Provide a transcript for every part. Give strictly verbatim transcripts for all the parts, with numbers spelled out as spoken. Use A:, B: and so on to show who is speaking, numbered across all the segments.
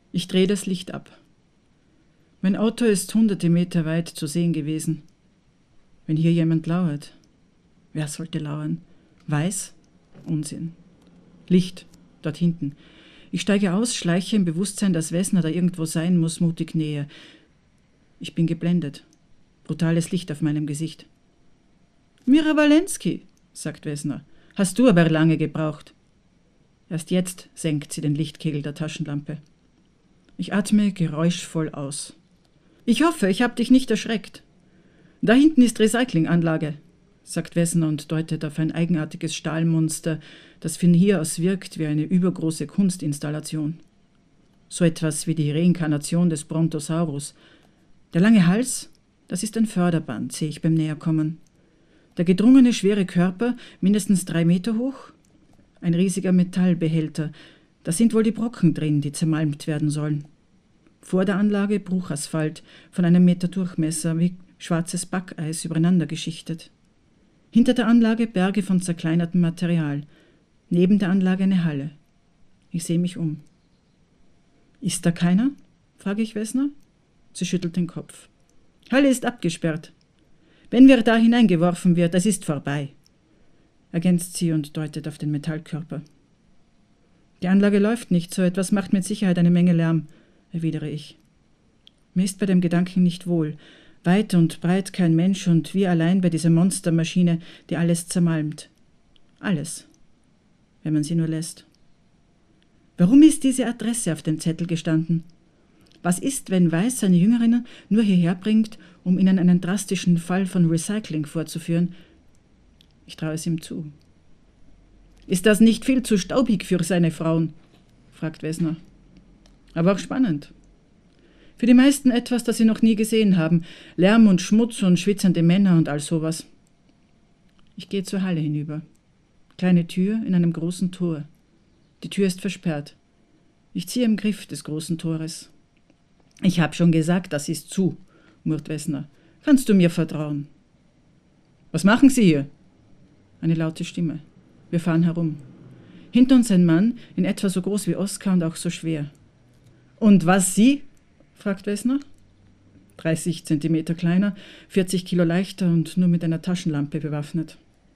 A: Ich drehe das Licht ab. Mein Auto ist hunderte Meter weit zu sehen gewesen. Wenn hier jemand lauert. Wer sollte lauern? Weiß? Unsinn. Licht, dort hinten. Ich steige aus, schleiche im Bewusstsein, dass Wessner da irgendwo sein muss, mutig näher. Ich bin geblendet. Brutales Licht auf meinem Gesicht. »Mira Walensky«, sagt Wessner. »Hast du aber lange gebraucht.« Erst jetzt senkt sie den Lichtkegel der Taschenlampe. Ich atme geräuschvoll aus. »Ich hoffe, ich habe dich nicht erschreckt. Da hinten ist Recyclinganlage«, sagt Wessner und deutet auf ein eigenartiges Stahlmonster, das von hier aus wirkt wie eine übergroße Kunstinstallation. So etwas wie die Reinkarnation des Brontosaurus. Der lange Hals, das ist ein Förderband, sehe ich beim Näherkommen. Der gedrungene, schwere Körper, mindestens drei Meter hoch. Ein riesiger Metallbehälter. Da sind wohl die Brocken drin, die zermalmt werden sollen. Vor der Anlage Bruchasphalt, von einem Meter Durchmesser, wie schwarzes Backeis übereinander geschichtet. Hinter der Anlage Berge von zerkleinertem Material. Neben der Anlage eine Halle. Ich sehe mich um. »Ist da keiner?« frage ich Wessner. Sie schüttelt den Kopf. »Halle ist abgesperrt. Wenn wir da hineingeworfen wird, es ist vorbei«, ergänzt sie und deutet auf den Metallkörper. »Die Anlage läuft nicht, so etwas macht mit Sicherheit eine Menge Lärm«, erwidere ich. Mir ist bei dem Gedanken nicht wohl. Weit und breit kein Mensch und wir allein bei dieser Monstermaschine, die alles zermalmt. Alles, wenn man sie nur lässt. Warum ist diese Adresse auf dem Zettel gestanden? Was ist, wenn Weiß seine Jüngerinnen nur hierher bringt, um ihnen einen drastischen Fall von Recycling vorzuführen? Ich traue es ihm zu. »Ist das nicht viel zu staubig für seine Frauen?« fragt Wessner. »Aber auch spannend. Für die meisten etwas, das sie noch nie gesehen haben. Lärm und Schmutz und schwitzende Männer und all sowas.« Ich gehe zur Halle hinüber. Kleine Tür in einem großen Tor. Die Tür ist versperrt. Ich ziehe am Griff des großen Tores. »Ich habe schon gesagt, das ist zu«, murrt Wessner. »Kannst du mir vertrauen?« »Was machen Sie hier?« Eine laute Stimme. Wir fahren herum. Hinter uns ein Mann, in etwa so groß wie Oskar und auch so schwer. »Und was Sie?« fragt Wessner. dreißig Zentimeter kleiner, vierzig Kilo leichter und nur mit einer Taschenlampe bewaffnet.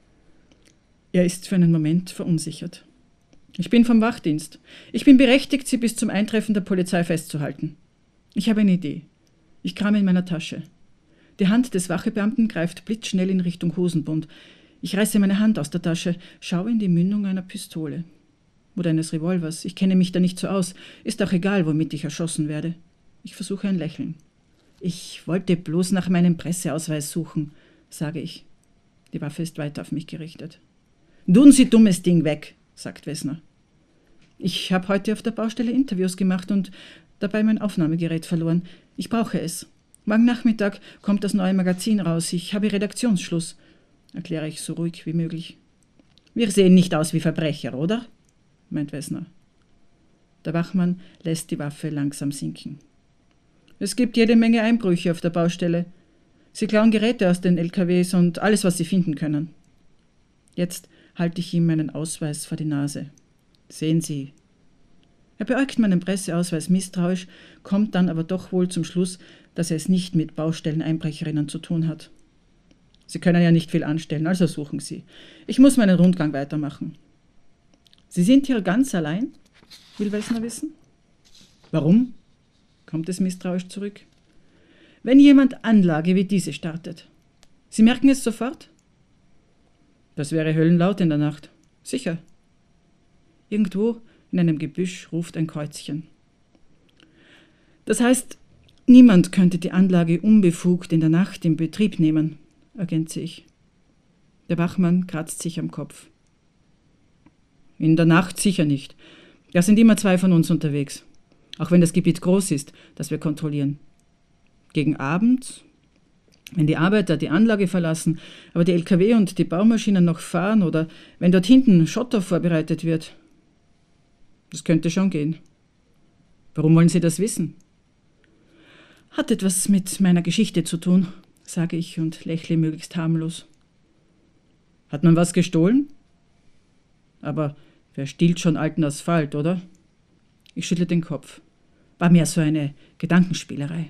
A: Er ist für einen Moment verunsichert. »Ich bin vom Wachdienst. Ich bin berechtigt, Sie bis zum Eintreffen der Polizei festzuhalten. Ich habe eine Idee. Ich krame in meiner Tasche. Die Hand des Wachebeamten greift blitzschnell in Richtung Hosenbund. Ich reiße meine Hand aus der Tasche, schaue in die Mündung einer Pistole. Oder eines Revolvers. Ich kenne mich da nicht so aus. Ist auch egal, womit ich erschossen werde. Ich versuche ein Lächeln. »Ich wollte bloß nach meinem Presseausweis suchen«, sage ich. Die Waffe ist weiter auf mich gerichtet. »Tun Sie dummes Ding weg«, sagt Wessner. »Ich habe heute auf der Baustelle Interviews gemacht und dabei mein Aufnahmegerät verloren. Ich brauche es. Morgen Nachmittag kommt das neue Magazin raus. Ich habe Redaktionsschluss«, erkläre ich so ruhig wie möglich. »Wir sehen nicht aus wie Verbrecher, oder?«, meint Wessner. Der Wachmann lässt die Waffe langsam sinken. »Es gibt jede Menge Einbrüche auf der Baustelle. Sie klauen Geräte aus den L K Ws und alles, was sie finden können.« Jetzt halte ich ihm meinen Ausweis vor die Nase. »Sehen Sie.« Er beäugt meinen Presseausweis misstrauisch, kommt dann aber doch wohl zum Schluss, dass er es nicht mit Baustelleneinbrecherinnen zu tun hat. »Sie können ja nicht viel anstellen, also suchen Sie. Ich muss meinen Rundgang weitermachen.« »Sie sind hier ganz allein?«, will Wessner wissen. »Warum?«, kommt es misstrauisch zurück. »Wenn jemand Anlage wie diese startet. Sie merken es sofort?« »Das wäre höllenlaut in der Nacht.« »Sicher.« Irgendwo in einem Gebüsch ruft ein Käuzchen. »Das heißt, niemand könnte die Anlage unbefugt in der Nacht in Betrieb nehmen«, ergänze ich. Der Wachmann kratzt sich am Kopf. »In der Nacht sicher nicht. Da sind immer zwei von uns unterwegs. Auch wenn das Gebiet groß ist, das wir kontrollieren. Gegen Abend, wenn die Arbeiter die Anlage verlassen, aber die L K W und die Baumaschinen noch fahren oder wenn dort hinten Schotter vorbereitet wird. Das könnte schon gehen.« »Warum wollen Sie das wissen?« »Hat etwas mit meiner Geschichte zu tun«, sage ich und lächle möglichst harmlos. »Hat man was gestohlen?« »Aber wer stiehlt schon alten Asphalt, oder?« Ich schüttle den Kopf. War mehr so eine Gedankenspielerei.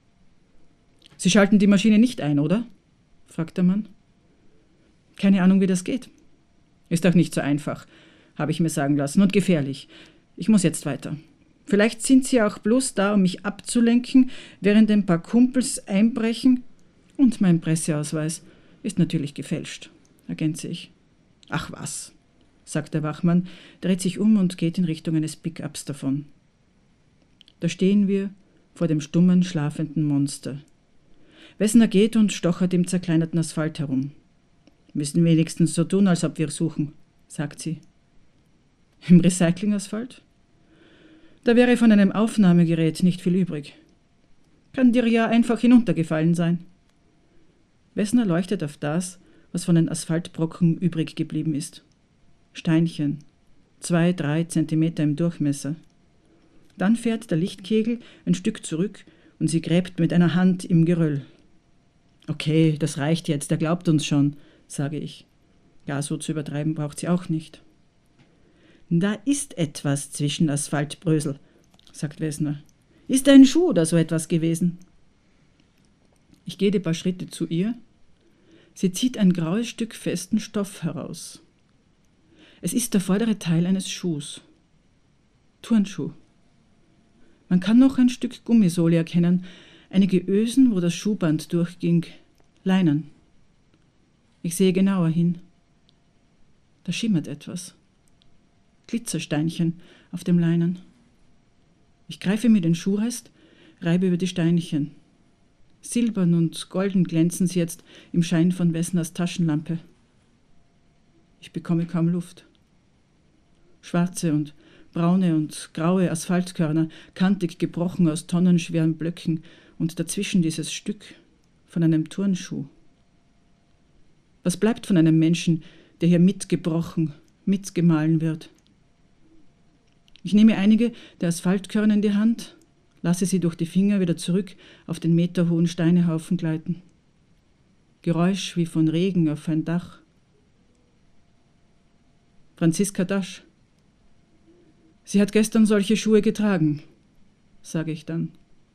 A: »Sie schalten die Maschine nicht ein, oder?« fragt der Mann. »Keine Ahnung, wie das geht.« »Ist auch nicht so einfach, habe ich mir sagen lassen, und gefährlich. Ich muss jetzt weiter. Vielleicht sind Sie auch bloß da, um mich abzulenken, während ein paar Kumpels einbrechen. Und mein Presseausweis ist natürlich gefälscht«, ergänze ich. »Ach was«, sagt der Wachmann, dreht sich um und geht in Richtung eines Pick-ups davon. Da stehen wir vor dem stummen, schlafenden Monster. Wessner geht und stochert im zerkleinerten Asphalt herum. »Müssen wenigstens so tun, als ob wir suchen«, sagt sie. »Im Recyclingasphalt? Da wäre von einem Aufnahmegerät nicht viel übrig. Kann dir ja einfach hinuntergefallen sein.« Wessner leuchtet auf das, was von den Asphaltbrocken übrig geblieben ist. Steinchen, zwei, drei Zentimeter im Durchmesser. Dann fährt der Lichtkegel ein Stück zurück und sie gräbt mit einer Hand im Geröll. »Okay, das reicht jetzt, er glaubt uns schon«, sage ich. Ja, so zu übertreiben braucht sie auch nicht. »Da ist etwas zwischen Asphaltbrösel«, sagt Wessner. »Ist ein Schuh oder so etwas gewesen?« Ich gehe die paar Schritte zu ihr. Sie zieht ein graues Stück festen Stoff heraus. Es ist der vordere Teil eines Schuhs. Turnschuh. Man kann noch ein Stück Gummisohle erkennen, einige Ösen, wo das Schuhband durchging, Leinen. Ich sehe genauer hin. Da schimmert etwas. Glitzersteinchen auf dem Leinen. Ich greife mir den Schuhrest, reibe über die Steinchen. Silbern und golden glänzen sie jetzt im Schein von Wessners Taschenlampe. Ich bekomme kaum Luft. Schwarze und braune und graue Asphaltkörner, kantig gebrochen aus tonnenschweren Blöcken und dazwischen dieses Stück von einem Turnschuh. Was bleibt von einem Menschen, der hier mitgebrochen, mitgemahlen wird? Ich nehme einige der Asphaltkörner in die Hand, lasse sie durch die Finger wieder zurück auf den meterhohen Steinehaufen gleiten. Geräusch wie von Regen auf ein Dach. Franziska Dasch. Sie hat gestern solche Schuhe getragen, sage ich dann.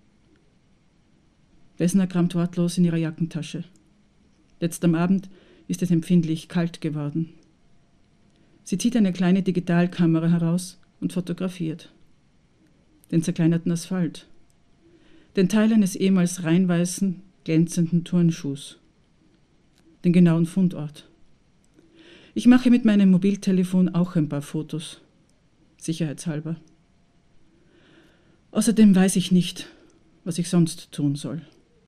A: Wessner kramt wortlos in ihrer Jackentasche. Letzt am Abend ist es empfindlich kalt geworden. Sie zieht eine kleine Digitalkamera heraus und fotografiert. Den zerkleinerten Asphalt. Den Teil eines ehemals reinweißen, glänzenden Turnschuhs. Den genauen Fundort. Ich mache mit meinem Mobiltelefon auch ein paar Fotos. Sicherheitshalber. Außerdem weiß ich nicht, was ich sonst tun soll.